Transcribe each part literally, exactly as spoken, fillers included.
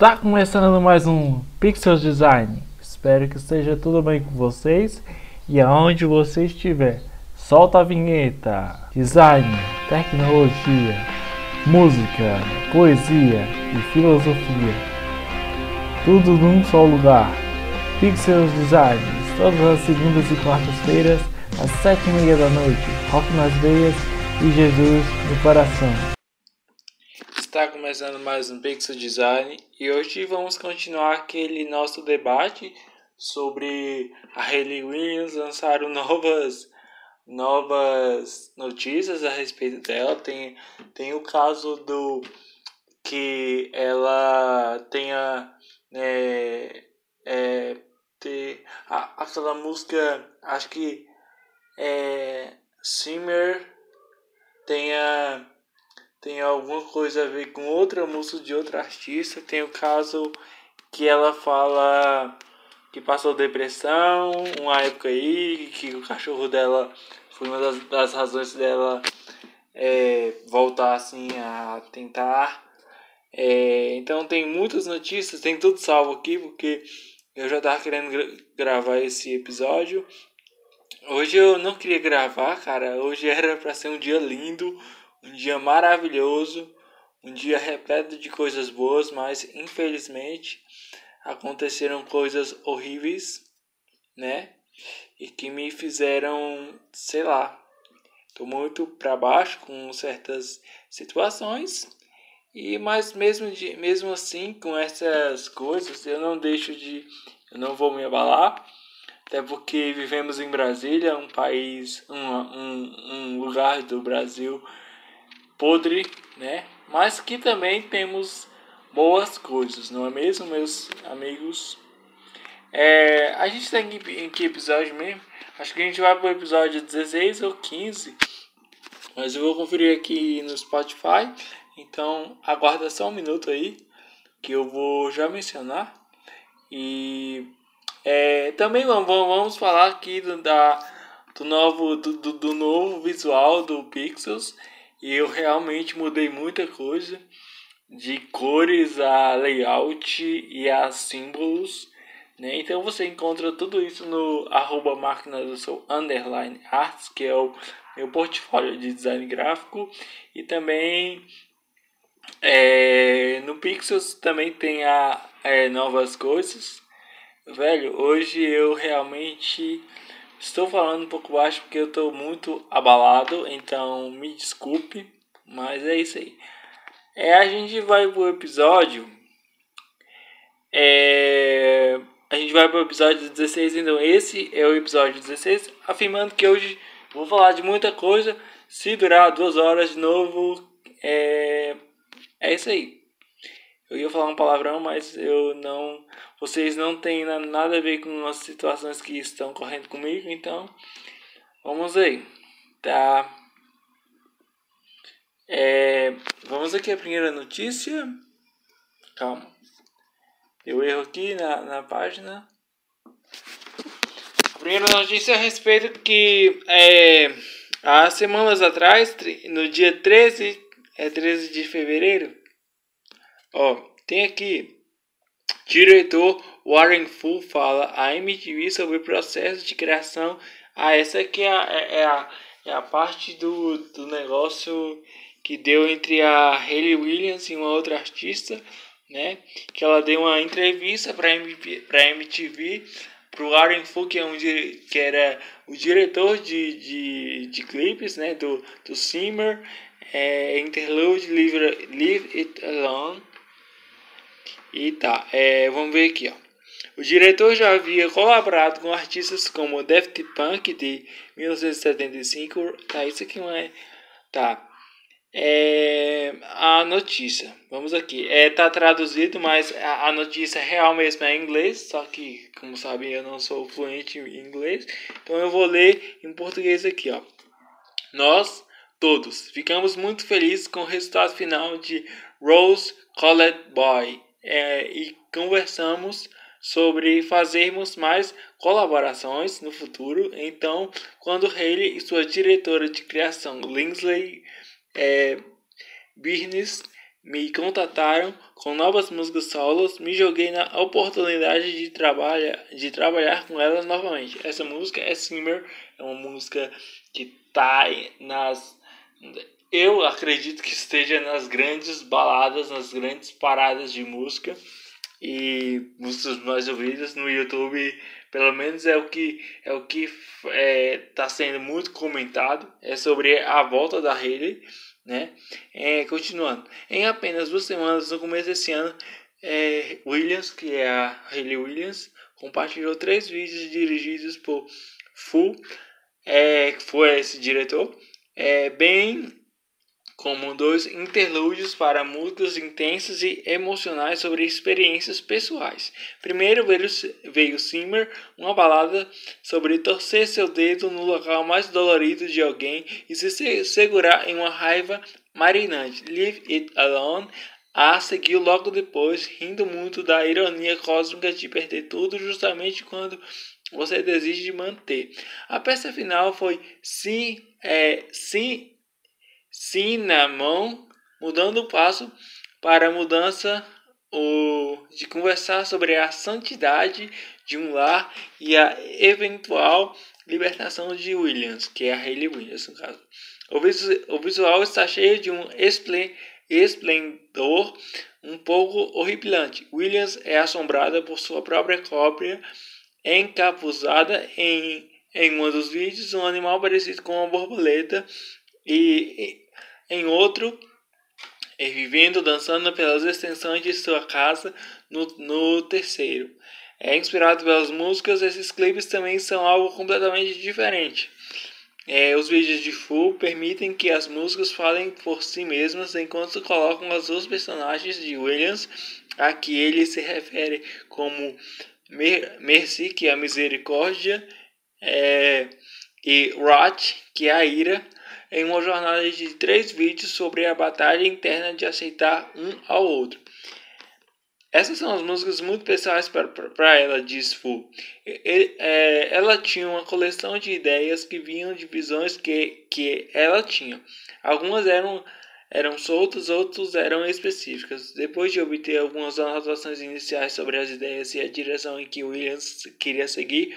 Está começando mais um Pixel Design. Espero que esteja tudo bem com vocês e aonde você estiver. Solta a vinheta. Design, tecnologia, música, poesia e filosofia. Tudo num só lugar. Pixel Design, todas as segundas e quartas-feiras, às sete e meia da noite. Rock nas veias e Jesus no coração. Está começando mais um Pixel Design e hoje vamos continuar aquele nosso debate sobre a Hayley Williams. Lançaram novas, novas notícias a respeito dela. Tem, tem o caso do que ela tenha é, é, ter, a, aquela música, acho que é, Simmer tenha tem alguma coisa a ver com outra música de outra artista. Tem o caso que ela fala que passou depressão, uma época aí, que o cachorro dela foi uma das, das razões dela é, voltar assim a tentar. É, então tem muitas notícias, tem tudo salvo aqui, porque eu já tava querendo gra- gravar esse episódio. Hoje eu não queria gravar, cara. Hoje era pra ser um dia lindo, um dia maravilhoso, um dia repleto de coisas boas, mas infelizmente aconteceram coisas horríveis, né? E que me fizeram, sei lá, tô muito pra baixo com certas situações. E mas mesmo de, mesmo assim, com essas coisas, eu não deixo de, eu não vou me abalar. Até porque vivemos em Brasília, um país, um, um, um lugar do Brasil podre, né? Mas que também temos boas coisas, não é mesmo, meus amigos? É, a gente tá em, em que episódio mesmo? Acho que a gente vai pro episódio dezesseis ou quinze. Mas eu vou conferir aqui no Spotify. Então aguarda só um minuto aí, que eu vou já mencionar. E é, também vamos, vamos falar aqui do, da, do, novo, do, do, do novo visual do Pixels. E eu realmente mudei muita coisa, de cores a layout e a símbolos, né? Então você encontra tudo isso no arroba máquina do seu underline arts, que é o meu portfólio de design gráfico. E também é, no Pixels também tem a, é, novas coisas. Velho, hoje eu realmente estou falando um pouco baixo porque eu estou muito abalado, então me desculpe, mas é isso aí. É, a gente vai pro episódio. É, a gente vai pro episódio dezesseis, então esse é o episódio dezesseis, afirmando que hoje vou falar de muita coisa. Se durar duas horas de novo, é, é isso aí. Eu ia falar um palavrão, mas eu não. Vocês não têm nada a ver com as situações que estão correndo comigo, então vamos aí, tá? É, vamos aqui a primeira notícia. Calma, deu erro aqui na, na página. A primeira notícia é a respeito que é, há semanas atrás, no dia treze, é treze de fevereiro, ó, tem aqui. Diretor Warren Fu fala à M T V sobre o processo de criação. Ah, essa aqui é a, é a, é a parte do, do negócio que deu entre a Hayley Williams e uma outra artista, né? Que ela deu uma entrevista para a M T V, para o Warren Fu, que, é um, que era o diretor de, de, de clipes, né? Do, do Simmer, é, Interlude, Leave, Leave It Alone. E tá, é, vamos ver aqui, ó. O diretor já havia colaborado com artistas como Daft Punk de mil novecentos e setenta e cinco. Tá, isso aqui não é. Tá. É, a notícia. Vamos aqui. É, tá traduzido, mas a, a notícia real mesmo é em inglês. Só que, como sabem, eu não sou fluente em inglês. Então eu vou ler em português aqui, ó. Nós, todos, ficamos muito felizes com o resultado final de Rose Colored Boy. É, e conversamos sobre fazermos mais colaborações no futuro. Então, quando Hayley e sua diretora de criação, Lindsay é, Birnes, me contataram com novas músicas solos, me joguei na oportunidade de, trabalha, de trabalhar com elas novamente. Essa música é Simmer, é uma música que tá nas... Eu acredito que esteja nas grandes baladas, nas grandes paradas de música e músicas mais ouvidas no YouTube. Pelo menos é o que é o que está é, sendo muito comentado, é sobre a volta da Hailey, né? É, continuando, em apenas duas semanas no começo desse ano, é, Williams, que é a Hayley Williams, compartilhou três vídeos dirigidos por Fu, é, que foi esse diretor, é, bem como dois interlúdios para músicas intensas e emocionais sobre experiências pessoais. Primeiro veio, veio Simmer, uma balada sobre torcer seu dedo no local mais dolorido de alguém e se segurar em uma raiva marinante. Leave It Alone a seguiu logo depois, rindo muito da ironia cósmica de perder tudo justamente quando você desiste de manter. A peça final foi Se, é, se Cinnamon, mudando o passo para a mudança o, de conversar sobre a santidade de um lar e a eventual libertação de Williams, que é a Hayley Williams no caso. O, visu, o visual está cheio de um esplen, esplendor um pouco horripilante. Williams é assombrada por sua própria cópia encapuzada em, em um dos vídeos, um animal parecido com uma borboleta e, e em outro, vivendo, dançando pelas extensões de sua casa no, no terceiro. É inspirado pelas músicas, esses clipes também são algo completamente diferente. É, os vídeos de Fu permitem que as músicas falem por si mesmas, enquanto colocam as duas personagens de Williams, a que ele se refere como Mercy, que é a misericórdia, é, e Wrath, que é a ira, em uma jornada de três vídeos sobre a batalha interna de aceitar um ao outro. Essas são as músicas muito pessoais para ela, diz Fu. Ele, é, ela tinha uma coleção de ideias que vinham de visões que, que ela tinha. Algumas eram, eram soltas, outras eram específicas. Depois de obter algumas anotações iniciais sobre as ideias e a direção em que Williams queria seguir,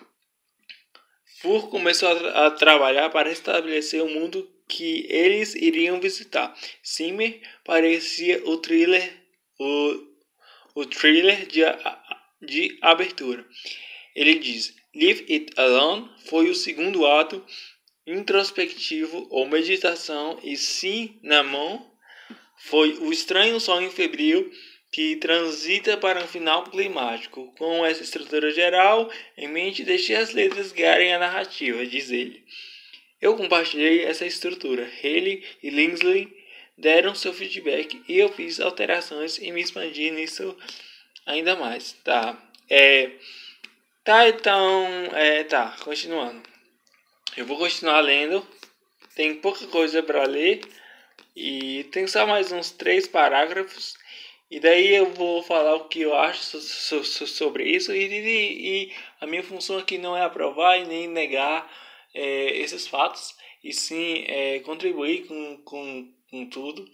Fu começou a, a trabalhar para estabelecer o mundo que eles iriam visitar. Simmer parecia o thriller, o, o thriller de, de abertura. Ele diz: Leave It Alone foi o segundo ato introspectivo ou meditação, e Cinnamon foi o estranho sonho febril que transita para um final climático. Com essa estrutura geral em mente, deixei as letras guiarem a narrativa, diz ele. Eu compartilhei essa estrutura. Hayley e Lindsay deram seu feedback e eu fiz alterações e me expandi nisso ainda mais. Tá, é... Tá, então... É, tá, continuando. Eu vou continuar lendo. Tem pouca coisa para ler. E tem só mais uns três parágrafos. E daí eu vou falar o que eu acho so, so, sobre isso. E, e, e a minha função aqui não é aprovar e nem negar é, esses fatos. E sim é, contribuir com, com, com tudo.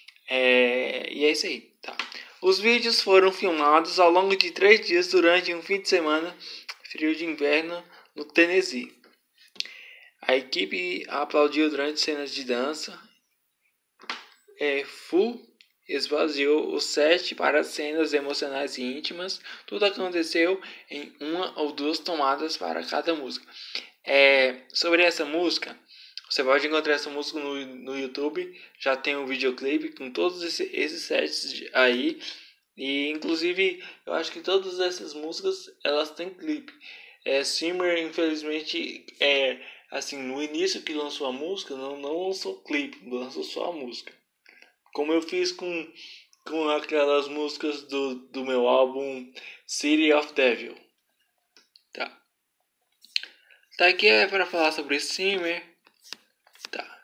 É, e é isso aí. Tá. Os vídeos foram filmados ao longo de três dias durante um fim de semana frio de inverno no Tennessee. A equipe aplaudiu durante cenas de dança. É, Fu esvaziou o set para cenas emocionais e íntimas. Tudo aconteceu em uma ou duas tomadas para cada música. É, sobre essa música, você pode encontrar essa música no, no YouTube. Já tem um videoclipe com todos esse, esses sets aí. E inclusive eu acho que todas essas músicas elas têm clipe. É, Simmer infelizmente é assim, no início que lançou a música não, não lançou clipe, lançou só a música. Como eu fiz com, com aquelas músicas do, do meu álbum City of Devil. Tá. Tá, aqui é para falar sobre Simmer. Tá.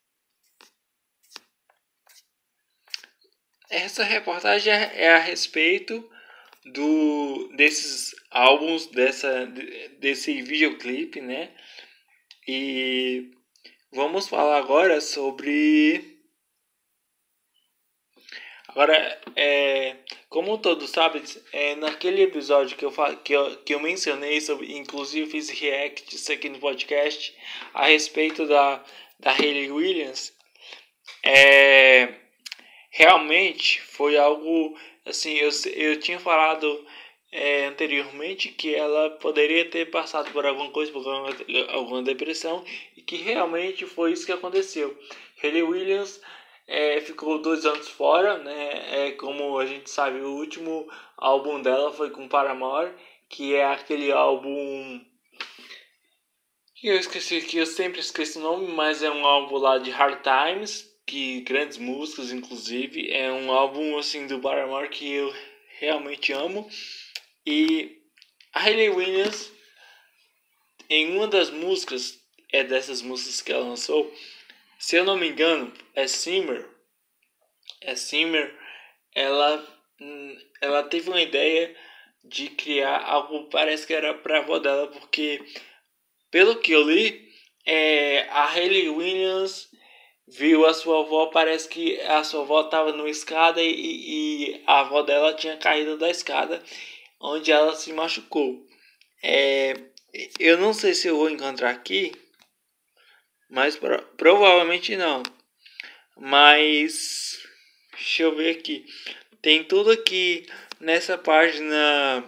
Essa reportagem é a respeito do, desses álbuns, dessa, desse videoclipe, né? E vamos falar agora sobre Agora, é, como todos sabem, é, naquele episódio que eu, que, eu, que eu mencionei, sobre, inclusive fiz react isso aqui no podcast, a respeito da, da Hayley Williams, é, realmente foi algo, assim, eu, eu tinha falado é, anteriormente que ela poderia ter passado por alguma coisa, por alguma, alguma depressão, e que realmente foi isso que aconteceu. Hayley Williams é, ficou dois anos fora, né? É, como a gente sabe, o último álbum dela foi com Paramore, que é aquele álbum que eu esqueci, que eu sempre esqueço o nome, mas é um álbum lá de Hard Times, que grandes músicas, inclusive, é um álbum assim do Paramore que eu realmente amo. E a Hayley Williams, em uma das músicas, é dessas músicas que ela lançou, se eu não me engano, é Simmer. É Simmer. Ela, ela teve uma ideia de criar algo, parece que era para a avó dela, porque pelo que eu li, é, a Hayley Williams viu a sua avó, parece que a sua avó estava numa escada e, e a avó dela tinha caído da escada, onde ela se machucou. É, eu não sei se eu vou encontrar aqui, mas pro, provavelmente não. Mas deixa eu ver aqui. Tem tudo aqui nessa página.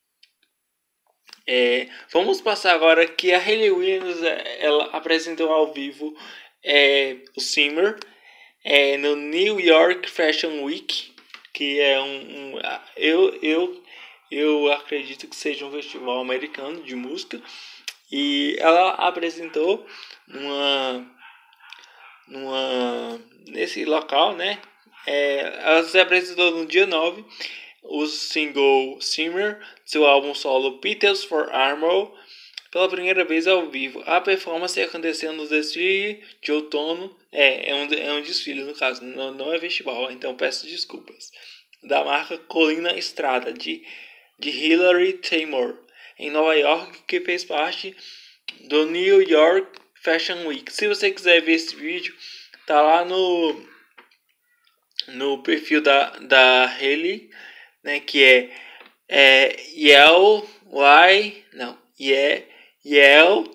É, vamos passar agora que a Hayley Williams ela apresentou ao vivo é, o Simmer é, no New York Fashion Week, que é um, um eu, eu, eu acredito que seja um festival americano de música, e ela apresentou numa, numa, nesse local, né? É, ela se apresentou no dia nove, o single Simmer, seu álbum solo Petals for Armor, pela primeira vez ao vivo. A performance aconteceu no desfile de outono, é, é, um, é um desfile no caso, não, não é festival, então peço desculpas, da marca Colina Estrada, de, de Hilary Taymor, em Nova York, que fez parte do New York Fashion Week. Se você quiser ver esse vídeo, tá lá no, no perfil da, da Hayley, né, que é, é Yel Y, não, Ye, Yel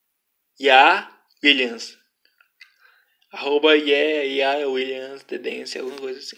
Ya Williams, arroba Ye Ya Williams Tendência, alguma coisa assim.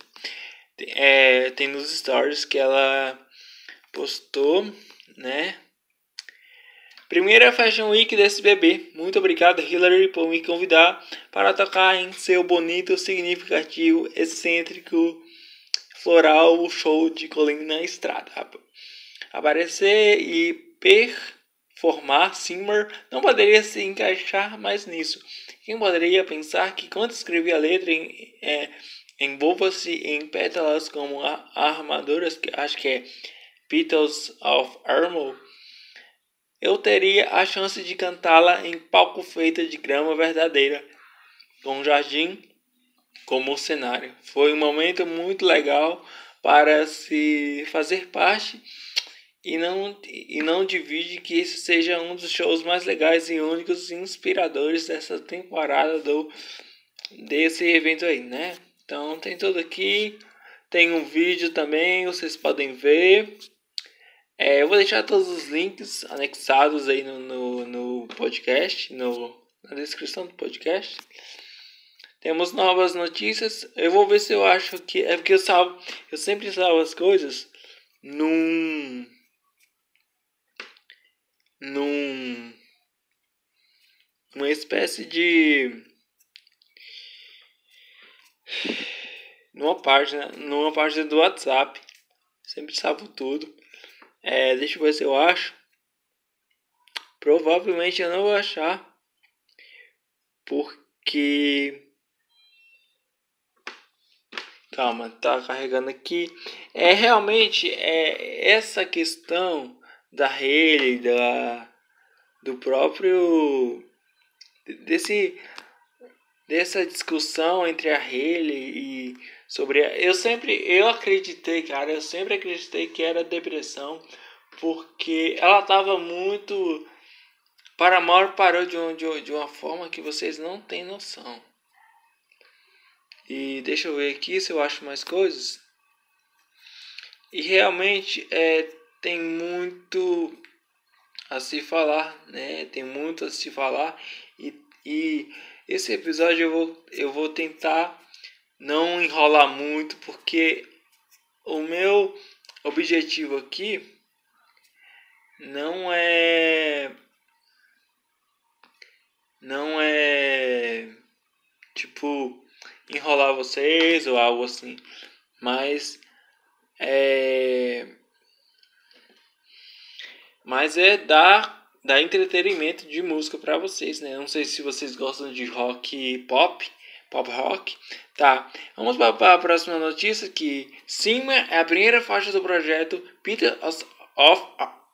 É, tem nos stories que ela postou, né? Primeira Fashion Week desse bebê. Muito obrigado, Hilary, por me convidar para tocar em seu bonito, significativo, excêntrico, floral show de Colina Estrada. Aparecer e performar Simmer não poderia se encaixar mais nisso. Quem poderia pensar que quando escrevi a letra em, é, envolva-se em pétalas como a, armaduras, que acho que é Petals of Armor, eu teria a chance de cantá-la em palco feito de grama verdadeira, com um jardim como cenário. Foi um momento muito legal para se fazer parte e não, e não divide que esse seja um dos shows mais legais e únicos e inspiradores dessa temporada do, desse evento aí, né? Então tem tudo aqui, tem um vídeo também, vocês podem ver. É, eu vou deixar todos os links anexados aí no, no, no podcast, no, na descrição do podcast. Temos novas notícias. Eu vou ver se eu acho que... É porque eu salvo... Eu sempre salvo as coisas num... Num... Uma espécie de... Numa página... Numa página do WhatsApp. Sempre salvo tudo. É, deixa eu ver se eu acho. Provavelmente eu não vou achar. Porque... Calma, tá carregando aqui. É realmente é essa questão da Hayley, da do próprio desse dessa discussão entre a Hayley e sobre a, eu sempre eu acreditei, cara, eu sempre acreditei que era depressão, porque ela tava muito Paramore parou de, um, de, de uma forma que vocês não têm noção. E deixa eu ver aqui se eu acho mais coisas. e realmente é, tem muito a se falar, né? Tem muito a se falar e, e esse episódio eu vou, eu vou tentar não enrolar muito, porque o meu objetivo aqui não é não é tipo enrolar vocês ou algo assim, mas é mas é dar dar entretenimento de música para vocês, né? Não sei se vocês gostam de rock pop, pop rock. Tá, vamos para a próxima notícia, que Simmer é a primeira faixa do projeto Peter of, of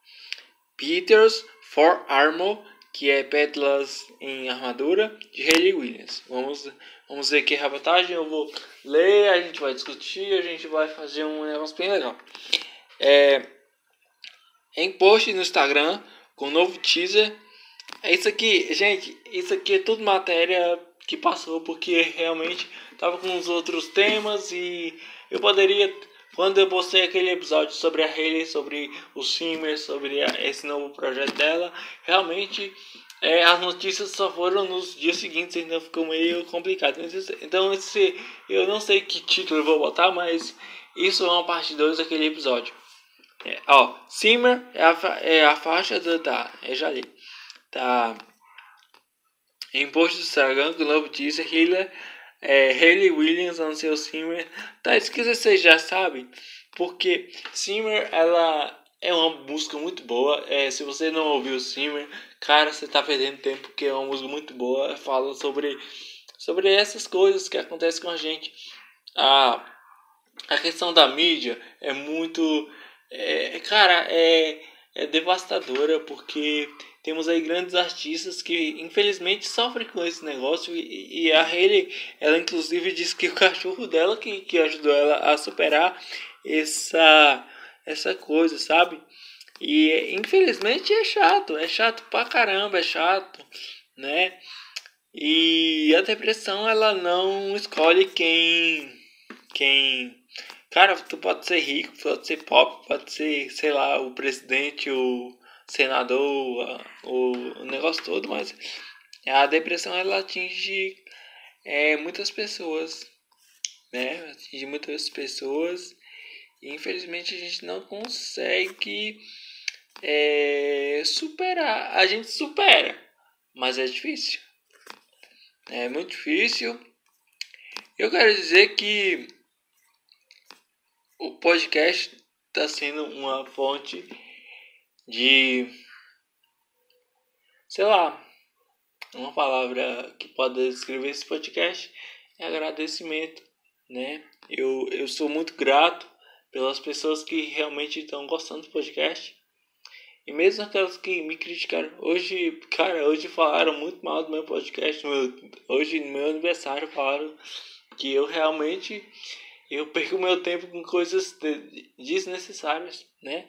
Peters for Armor, que é Pétalas em Armadura, de Hayley Williams. Vamos, vamos ver aqui a reportagem, eu vou ler, a gente vai discutir, a gente vai fazer um negócio bem legal. É, em post no Instagram, com um novo teaser. É isso aqui, gente, isso aqui é tudo matéria que passou, porque realmente tava com os outros temas e eu poderia, quando eu postei aquele episódio sobre a Hayley, sobre o Simmer, sobre a, esse novo projeto dela, realmente é, as notícias só foram nos dias seguintes, então ficou meio complicado. Então esse, eu não sei que título eu vou botar, mas isso é uma parte dois daquele episódio. É, ó, Simmer é a, fa- é a faixa da... Tá, eu já li. Tá em post do Instagram com o novo teaser, Hayley, é, Hayley Williams anunciou Simmer. Tá, isso que vocês já sabem, porque Simmer, ela é uma música muito boa. É, se você não ouviu Simmer, cara, você tá perdendo tempo, porque é uma música muito boa. Fala sobre, sobre essas coisas que acontecem com a gente. A, a questão da mídia é muito... É, cara, é, é devastadora, porque temos aí grandes artistas que infelizmente sofrem com esse negócio, e, e a Hayley, ela inclusive disse que o cachorro dela que, que ajudou ela a superar essa, essa coisa, sabe? E infelizmente é chato, é chato pra caramba, é chato, né? E a depressão, ela não escolhe quem... quem Cara, tu pode ser rico, pode ser pobre, pode ser, sei lá, o presidente, o senador, a- o, o negócio todo, mas a depressão, ela atinge é, muitas pessoas, né? Atinge muitas pessoas e infelizmente a gente não consegue é, superar. A gente supera, mas é difícil. É muito difícil. Eu quero dizer que o podcast está sendo uma fonte de, sei lá, uma palavra que pode descrever esse podcast é agradecimento, né? Eu, eu sou muito grato pelas pessoas que realmente estão gostando do podcast. E mesmo aquelas que me criticaram. Hoje, cara, hoje falaram muito mal do meu podcast. Meu, hoje, no meu aniversário, falaram que eu realmente... Eu perco meu tempo com coisas desnecessárias, né?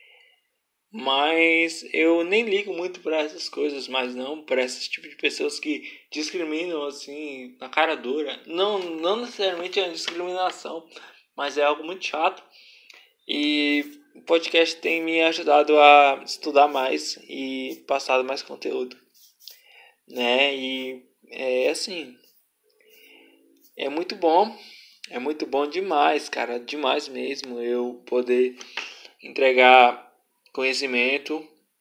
Mas eu nem ligo muito para essas coisas, mas não para esse tipo de pessoas que discriminam assim na cara dura. Não, não necessariamente é uma discriminação, mas é algo muito chato. E o podcast tem me ajudado a estudar mais e passar mais conteúdo, né? E é assim, é muito bom, é muito bom demais, cara, demais mesmo eu poder entregar conhecimento.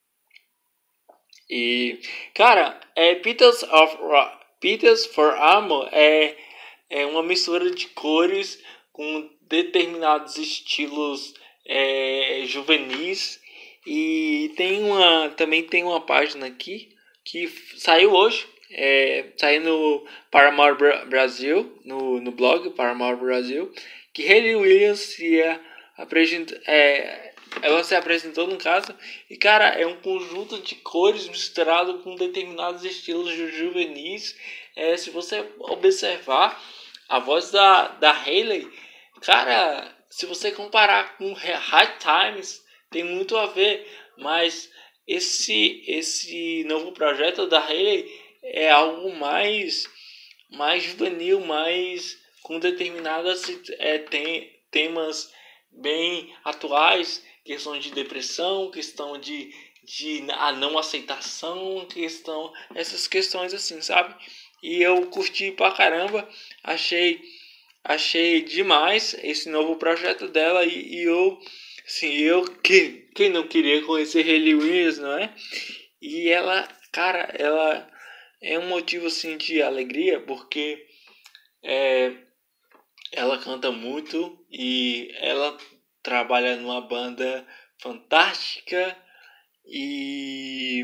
E, cara, é Petals of Petals for Armor é, é uma mistura de cores com determinados estilos é, juvenis. E tem uma, também tem uma página aqui que saiu hoje, é, saiu no Paramount Brasil, no, no blog Paramount Brasil, que Hayley Williams ia apresenta, é, ela se apresentou no caso, e cara, é um conjunto de cores misturado com determinados estilos juvenis. É, se você observar a voz da, da Hayley, cara, se você comparar com High Times, tem muito a ver, mas esse esse novo projeto da Hayley é algo mais mais juvenil, mais com determinadas é, tem, temas bem atuais, questão de depressão, questão de, de a não aceitação, questão, essas questões assim, sabe? E eu curti pra caramba, achei, achei demais esse novo projeto dela e, e eu, assim, eu, que, quem não queria conhecer Hayley Williams, não é? E ela, cara, ela é um motivo assim de alegria porque é, ela canta muito e ela trabalha numa banda fantástica e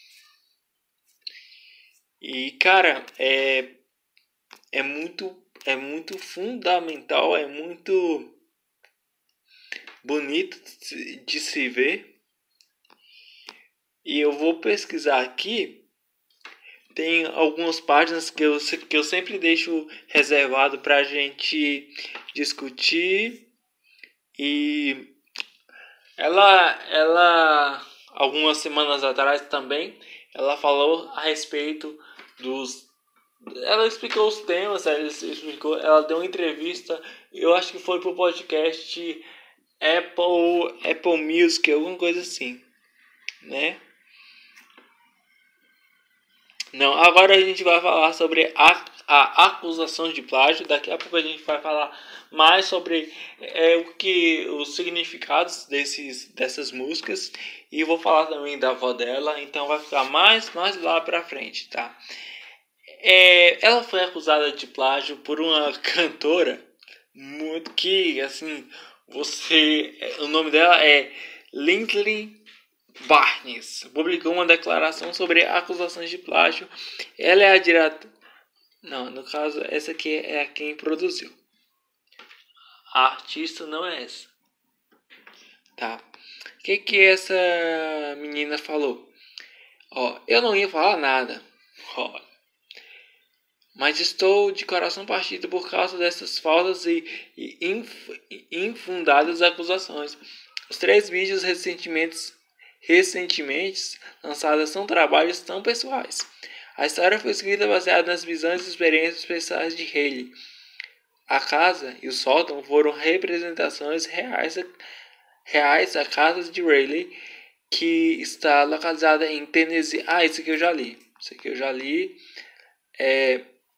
e cara, é é muito é muito fundamental, é muito bonito de se ver. E eu vou pesquisar aqui. Tem algumas páginas que eu, que eu sempre deixo reservado para a gente discutir. E ela, ela, algumas semanas atrás também, ela falou a respeito dos... Ela explicou os temas, ela, explicou, ela deu uma entrevista, eu acho que foi pro podcast Apple, Apple Music, alguma coisa assim, né? Não, agora a gente vai falar sobre a, a acusação de plágio. Daqui a pouco a gente vai falar mais sobre é, o que os significados desses, dessas músicas. E vou falar também da avó dela. Então vai ficar mais, mais lá pra frente, tá? É, ela foi acusada de plágio por uma cantora muito que, assim, você... O nome dela é Lindsay Barnes publicou uma declaração sobre acusações de plágio. Ela é a direta... Não, no caso, essa aqui é a quem produziu. A artista não é essa. Tá. O que que essa menina falou? Ó, eu não ia falar nada. Ó, mas estou de coração partido por causa dessas falsas e, e inf, infundadas acusações. Os três vídeos recentemente recentemente lançadas são trabalhos tão pessoais. A história foi escrita baseada nas visões e experiências pessoais de Hayley. A casa e o sótão foram representações reais, reais da casa de Hayley, que está localizada em Tennessee. Ah, isso aqui eu já li. Isso aqui eu já li. É,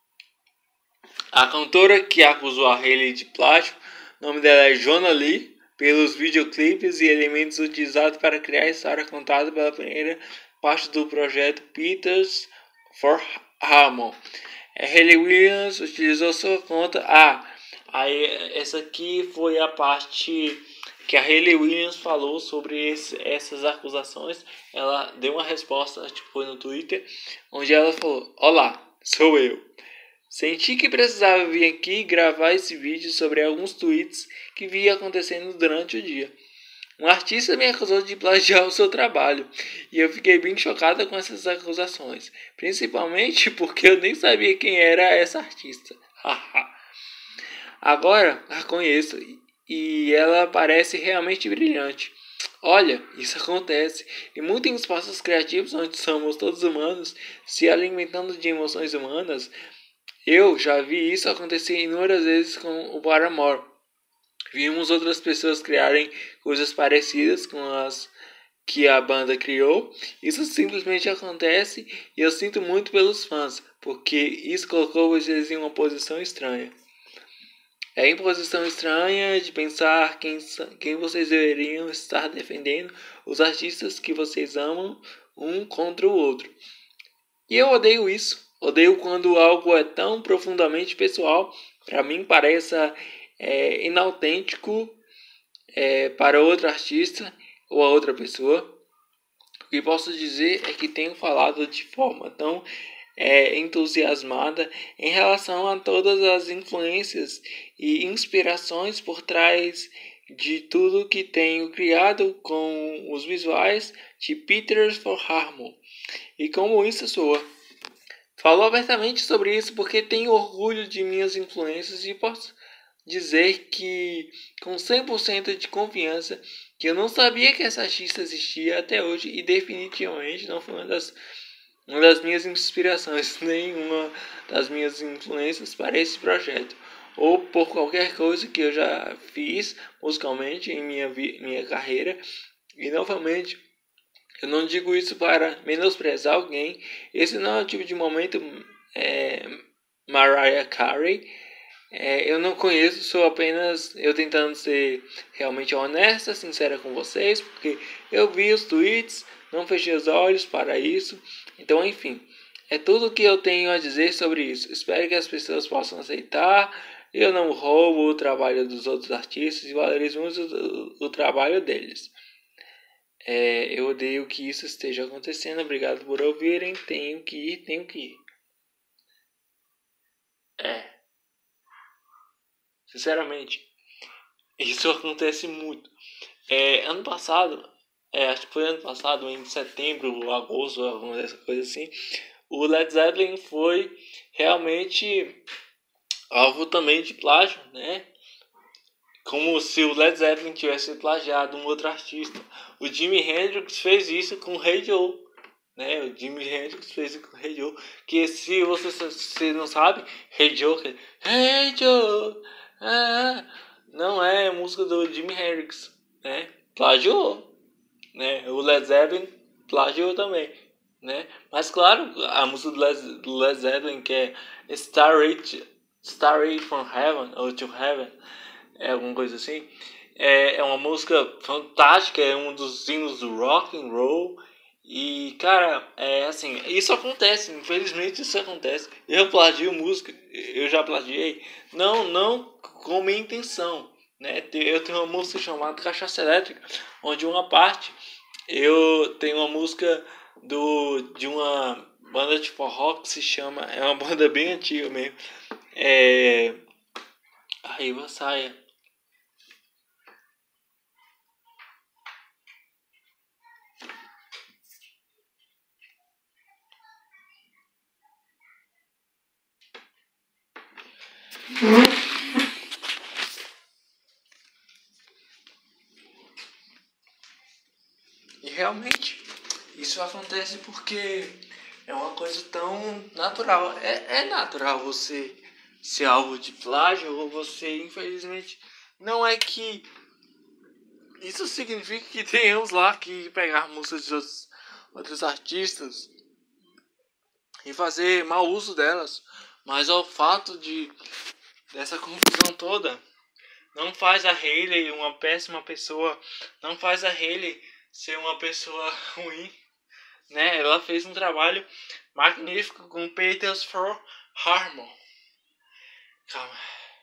a cantora que acusou a Hayley de plágio, o nome dela é Joanna Lee, pelos videoclipes e elementos utilizados para criar a história contada pela primeira parte do projeto Peters for Harmon. Hayley Williams utilizou sua conta. Ah, aí essa aqui foi a parte que a Hayley Williams falou sobre esse, essas acusações. Ela deu uma resposta, tipo, foi no Twitter, onde ela falou: olá, sou eu. Senti que precisava vir aqui gravar esse vídeo sobre alguns tweets que vi acontecendo durante o dia. Um artista me acusou de plagiar o seu trabalho e eu fiquei bem chocada com essas acusações, principalmente porque eu nem sabia quem era essa artista. Agora a conheço e ela parece realmente brilhante. Olha, isso acontece e muito em espaços criativos onde somos todos humanos, se alimentando de emoções humanas. Eu já vi isso acontecer inúmeras vezes com o Paramore. Vimos outras pessoas criarem coisas parecidas com as que a banda criou. Isso simplesmente acontece e eu sinto muito pelos fãs, porque isso colocou vocês em uma posição estranha. É em posição estranha de pensar quem, quem vocês deveriam estar defendendo, os artistas que vocês amam um contra o outro. E eu odeio isso. Odeio quando algo é tão profundamente pessoal. Para mim parece é, inautêntico é, para outro artista ou a outra pessoa. O que posso dizer é que tenho falado de forma tão é, entusiasmada em relação a todas as influências e inspirações por trás de tudo que tenho criado com os visuais de Peters for Harmon e como isso soa. Falo abertamente sobre isso porque tenho orgulho de minhas influências e posso dizer que com cem por cento de confiança que eu não sabia que essa artista existia até hoje e definitivamente não foi uma das, uma das minhas inspirações, nem uma das minhas influências para esse projeto. ou por qualquer coisa que eu já fiz musicalmente em minha, minha carreira. E novamente, eu não digo isso para menosprezar alguém. Esse não é o tipo de momento é, Mariah Carey. É, eu não conheço, sou apenas eu tentando ser realmente honesta, sincera com vocês, porque eu vi os tweets, não fechei os olhos para isso. Então, enfim, é tudo que eu tenho a dizer sobre isso. Espero que as pessoas possam aceitar. Eu não roubo o trabalho dos outros artistas e valorizo muito o, o trabalho deles. É, eu odeio que isso esteja acontecendo. Obrigado por ouvirem. Tenho que ir, tenho que ir. É. Sinceramente, isso acontece muito. É, ano passado, é, acho que foi ano passado, em setembro ou agosto, alguma dessa coisa assim, o Led Zeppelin foi realmente alvo também de plágio, né? Como se o Led Zeppelin tivesse plagiado um outro artista. O Jimi Hendrix fez isso com o Hey Joe, né? O Jimi Hendrix fez isso com o Hey Joe. Que se você, você não sabe, Hey Joe, Hey Joe, ah, não é música do Jimi Hendrix, né? Plagiou, né? O Led Zeppelin plagiou também, né? Mas claro, a música do Led, do Led Zeppelin, que é Starry, Starry from Heaven ou To Heaven, é alguma coisa assim. É, é uma música fantástica, é um dos hinos do rock and roll. E, cara, é assim, isso acontece, infelizmente isso acontece. Eu plagio música, eu já plagiei, não, não com minha intenção, né? Eu tenho uma música chamada Cachaça Elétrica, onde uma parte, eu tenho uma música do, de uma banda de forró que se chama, é uma banda bem antiga mesmo, é... Aí, Saia. E realmente, isso acontece porque é uma coisa tão natural. É, é natural você ser alvo de plágio, ou você, infelizmente, não é que isso significa que tenhamos lá que pegar músicas de outros, outros artistas e fazer mau uso delas. Mas ao fato de dessa confusão toda não faz a Hayley uma péssima pessoa, não faz a Hayley ser uma pessoa ruim, né? Ela fez um trabalho magnífico com Petals for Harmon. Calma.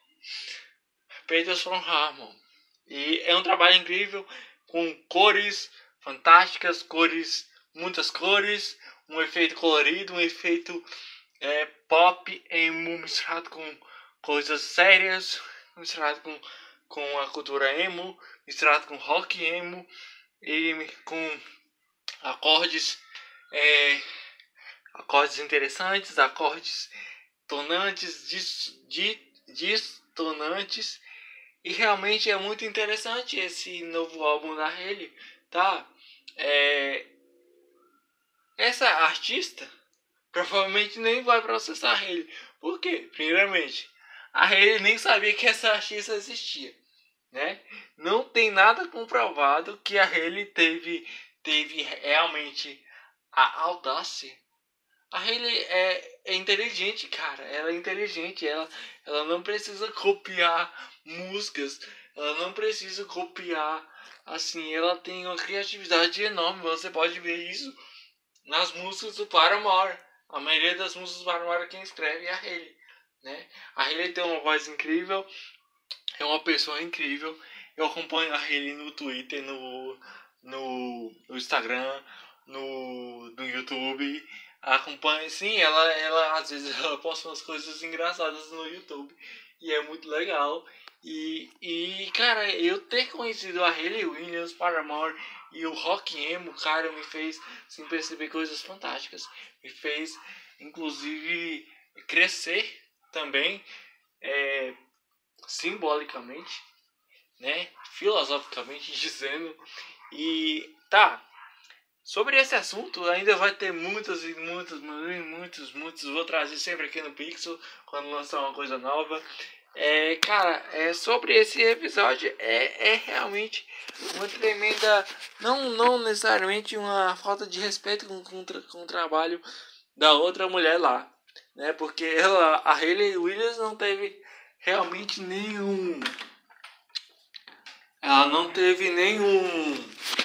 Petals for Harmon. E é um trabalho incrível, com cores fantásticas, cores, muitas cores, um efeito colorido, um efeito é, pop emo misturado com coisas sérias, misturado com, com a cultura emo, misturado com rock emo e com acordes é, acordes interessantes, acordes tonantes, dis, dis, distonantes. E realmente é muito interessante esse novo álbum da Hayley, tá? É... Essa artista provavelmente nem vai processar a Hayley. Por quê? Primeiramente, a Hayley nem sabia que essa artista existia, né? Não tem nada comprovado que a Hayley teve, teve realmente a audácia. A Hayley é, é inteligente, cara. Ela é inteligente. Ela, ela não precisa copiar músicas. Ela não precisa copiar. Assim, ela tem uma criatividade enorme. Você pode ver isso nas músicas do Paramore. A maioria das músicas do Paramore quem escreve é a Hayley, né? A Hayley tem uma voz incrível. É uma pessoa incrível. Eu acompanho a Hayley no Twitter, no, no, no Instagram, no, no YouTube. Acompanho, sim, ela, ela às vezes ela posta umas coisas engraçadas no YouTube e é muito legal. E, e cara, eu ter conhecido a Hayley Williams, Paramore e o rock emo, cara, me fez assim, perceber coisas fantásticas. Me fez, inclusive, crescer também, é, simbolicamente, né? Filosoficamente dizendo. E tá. Sobre esse assunto, ainda vai ter muitas e muitas, muitos, muitos, vou trazer sempre aqui no Pixel, quando lançar uma coisa nova. É, cara, é, sobre esse episódio é, é realmente uma tremenda, não, não necessariamente uma falta de respeito com, com, com o trabalho da outra mulher lá, né? Porque ela, a Hayley Williams não teve realmente nenhum, ela não teve nenhum,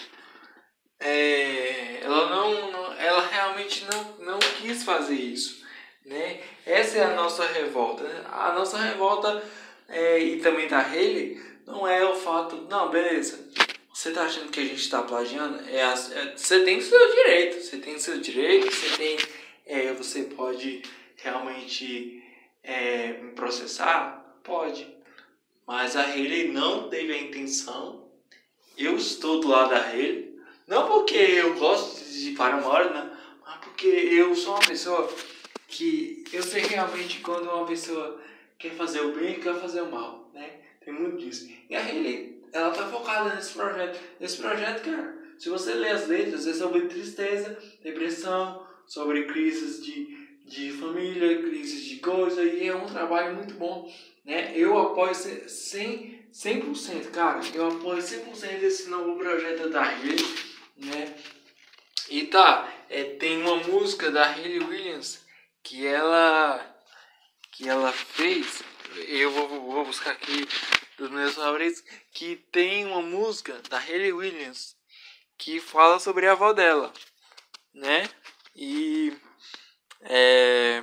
é, ela não, não, ela realmente não, não quis fazer isso, né? Essa é a nossa revolta, né? A nossa revolta é, e também da Hayley não é o fato, não, beleza, você tá achando que a gente tá plagiando? É, a, é você tem o seu direito, você tem o seu direito, você tem, é, você pode realmente é, me processar? Pode, mas a Hayley não teve a intenção. Eu estou do lado da Hayley, não porque eu gosto de Paramore, né? Mas porque eu sou uma pessoa que eu sei realmente quando uma pessoa quer fazer o bem e quer fazer o mal, né? Tem muito disso. E a Hayley, ela tá focada nesse projeto. Nesse projeto, cara, se você ler as letras, é sobre tristeza, depressão, sobre crises de, de família, crises de coisa, e é um trabalho muito bom, né? Eu apoio cem, cem por cento, cara, eu apoio cem por cento esse novo projeto da Hayley, né? E tá, é, tem uma música da Hayley Williams que ela que ela fez, eu vou, vou buscar aqui dos meus favoritos, que tem uma música da Hayley Williams que fala sobre a avó dela, né? E é,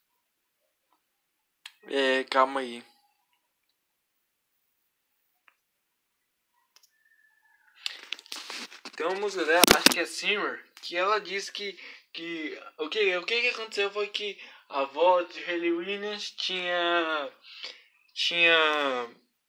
é calma aí. Tem uma música dela, acho que é Simmer, que ela diz que que o que o que, que aconteceu foi que a avó de Hayley Williams tinha tinha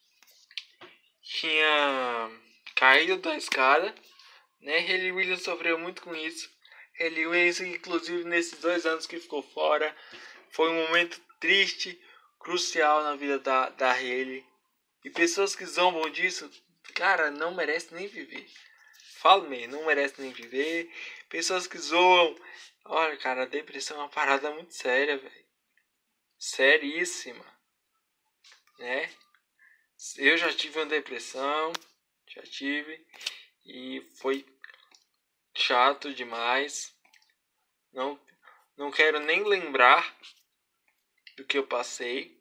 tinha caído da escada, né? Hayley Williams sofreu muito com isso. Hayley Williams, inclusive nesses dois anos que ficou fora, foi um momento triste, crucial na vida da, da Hayley. E pessoas que zombam disso, cara, não merecem nem viver. Falo mesmo, não merecem nem viver. Pessoas que zoam. Olha, cara, a depressão é uma parada muito séria, velho. Seríssima, né? Eu já tive uma depressão, já tive, e foi chato demais. Não, não quero nem lembrar do que eu passei,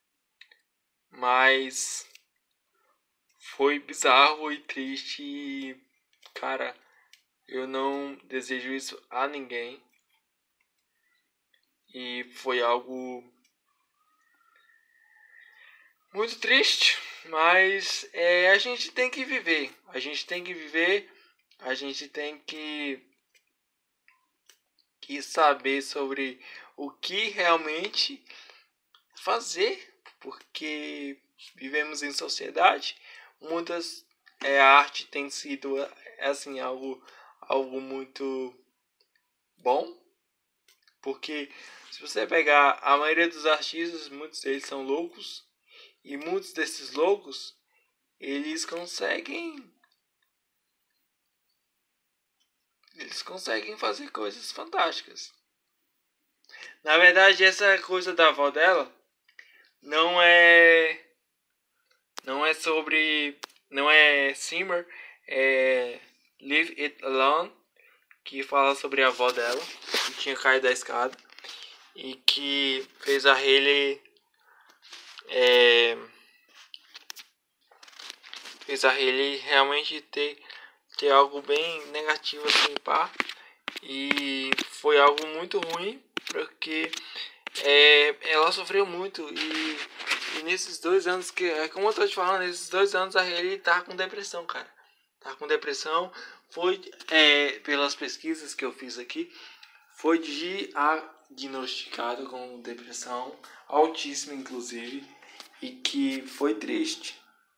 mas foi bizarro e triste. E, cara, eu não desejo isso a ninguém. E foi algo muito triste, mas é, a gente tem que viver. A gente tem que viver, a gente tem que, que saber sobre o que realmente fazer, porque vivemos em sociedade. Muitas é, a arte tem sido assim algo algo muito bom, porque se você pegar a maioria dos artistas, muitos deles são loucos, e muitos desses loucos eles conseguem eles conseguem fazer coisas fantásticas. Na verdade, essa coisa da avó dela não é não é sobre não é Simmer, é Leave It Alone, que fala sobre a avó dela que tinha caído da escada e que fez a Hayley é, fez a Hayley realmente ter ter algo bem negativo assim, pá. E foi algo muito ruim, porque é, ela sofreu muito. E, e nesses dois anos, que é como eu tô te falando, nesses dois anos a Hayley tá com depressão, cara. Tá com depressão. Foi, é, pelas pesquisas que eu fiz aqui, foi diagnosticado com depressão altíssima, inclusive, e que foi triste.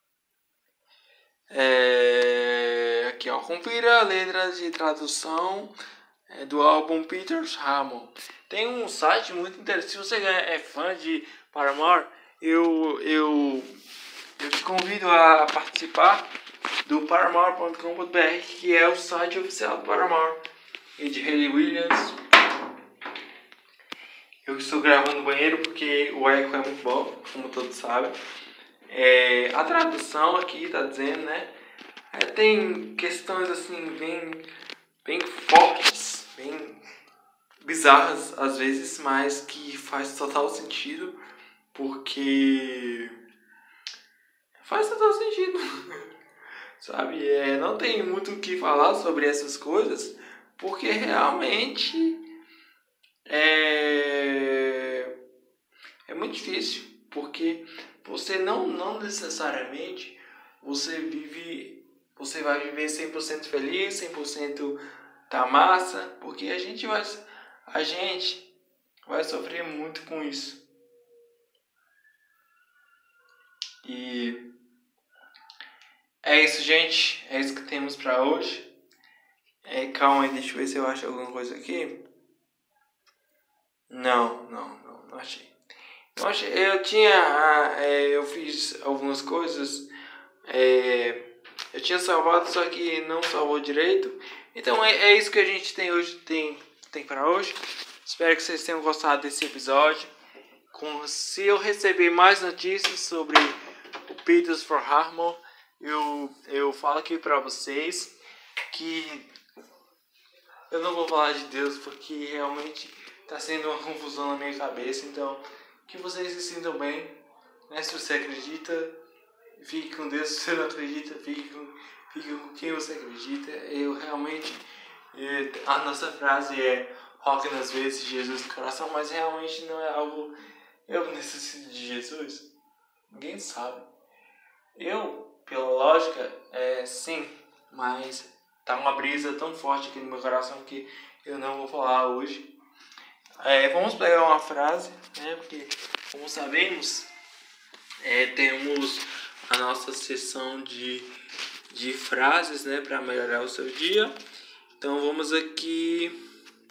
É, aqui ó, confira a letra de tradução é, do álbum Peter's Hammond. Tem um site muito interessante. Se você é fã de Paramore, eu, eu, eu te convido a participar do paramore ponto com ponto b r, que é o site oficial do Paramore e de Hayley Williams. Eu estou gravando no banheiro porque o eco é muito bom, como todos sabem. É, a tradução aqui tá dizendo, né? É, tem questões assim bem, bem fortes, bem bizarras às vezes, mas que faz total sentido, porque faz total sentido, sabe? É, não tem muito o que falar sobre essas coisas, porque realmente é, é muito difícil, porque você não, não necessariamente você vive, você vai viver cem por cento feliz, cem por cento da massa, porque a gente vai, a gente vai sofrer muito com isso. E é isso, gente. É isso que temos pra hoje. É, calma aí, deixa eu ver se eu acho alguma coisa aqui. Não, não, não, não achei. Eu, achei, eu tinha, é, eu fiz algumas coisas. É, eu tinha salvado, só que não salvou direito. Então é, é isso que a gente tem hoje, tem, tem para hoje. Espero que vocês tenham gostado desse episódio. Com, se eu receber mais notícias sobre o Peters for Harmon, eu, eu falo aqui para vocês que eu não vou falar de Deus porque realmente está sendo uma confusão na minha cabeça. Então, que vocês se sintam bem, né? Se você acredita, fique com Deus. Se você não acredita, fique com, fique com quem você acredita. Eu realmente, a nossa frase é roque nas vezes, Jesus no coração, mas realmente não é algo. Eu necessito de Jesus? Ninguém sabe. Eu, pela lógica, é sim, mas tá uma brisa tão forte aqui no meu coração que eu não vou falar hoje. É, vamos pegar uma frase, né? Porque, como sabemos, é, temos a nossa sessão de, de frases, né, para melhorar o seu dia. Então vamos aqui.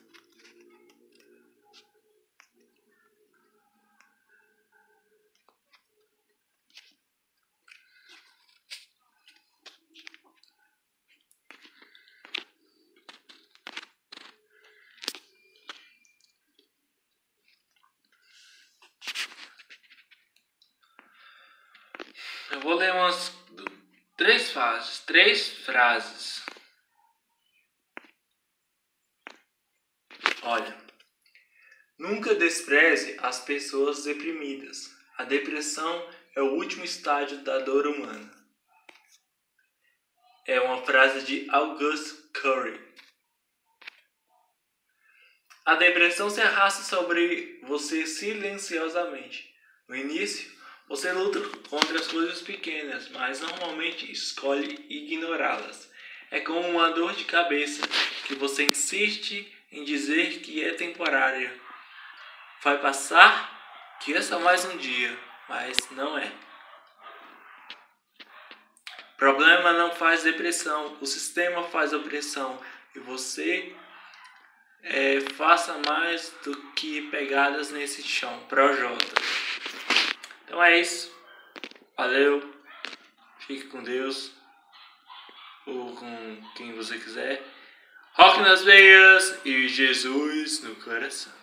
Eu vou ler umas três frases, três frases. Olha, nunca despreze as pessoas deprimidas. A depressão é o último estágio da dor humana. É uma frase de August Curry. A depressão se arrasta sobre você silenciosamente. No início, você luta contra as coisas pequenas, mas normalmente escolhe ignorá-las. É como uma dor de cabeça que você insiste em dizer que é temporária. Vai passar, que é só mais um dia, mas não é. Problema não faz depressão, o sistema faz opressão e você é, faça mais do que pegadas nesse chão. Projota. Então é isso. Valeu. Fique com Deus. Ou com quem você quiser. Rock nas veias e Jesus no coração.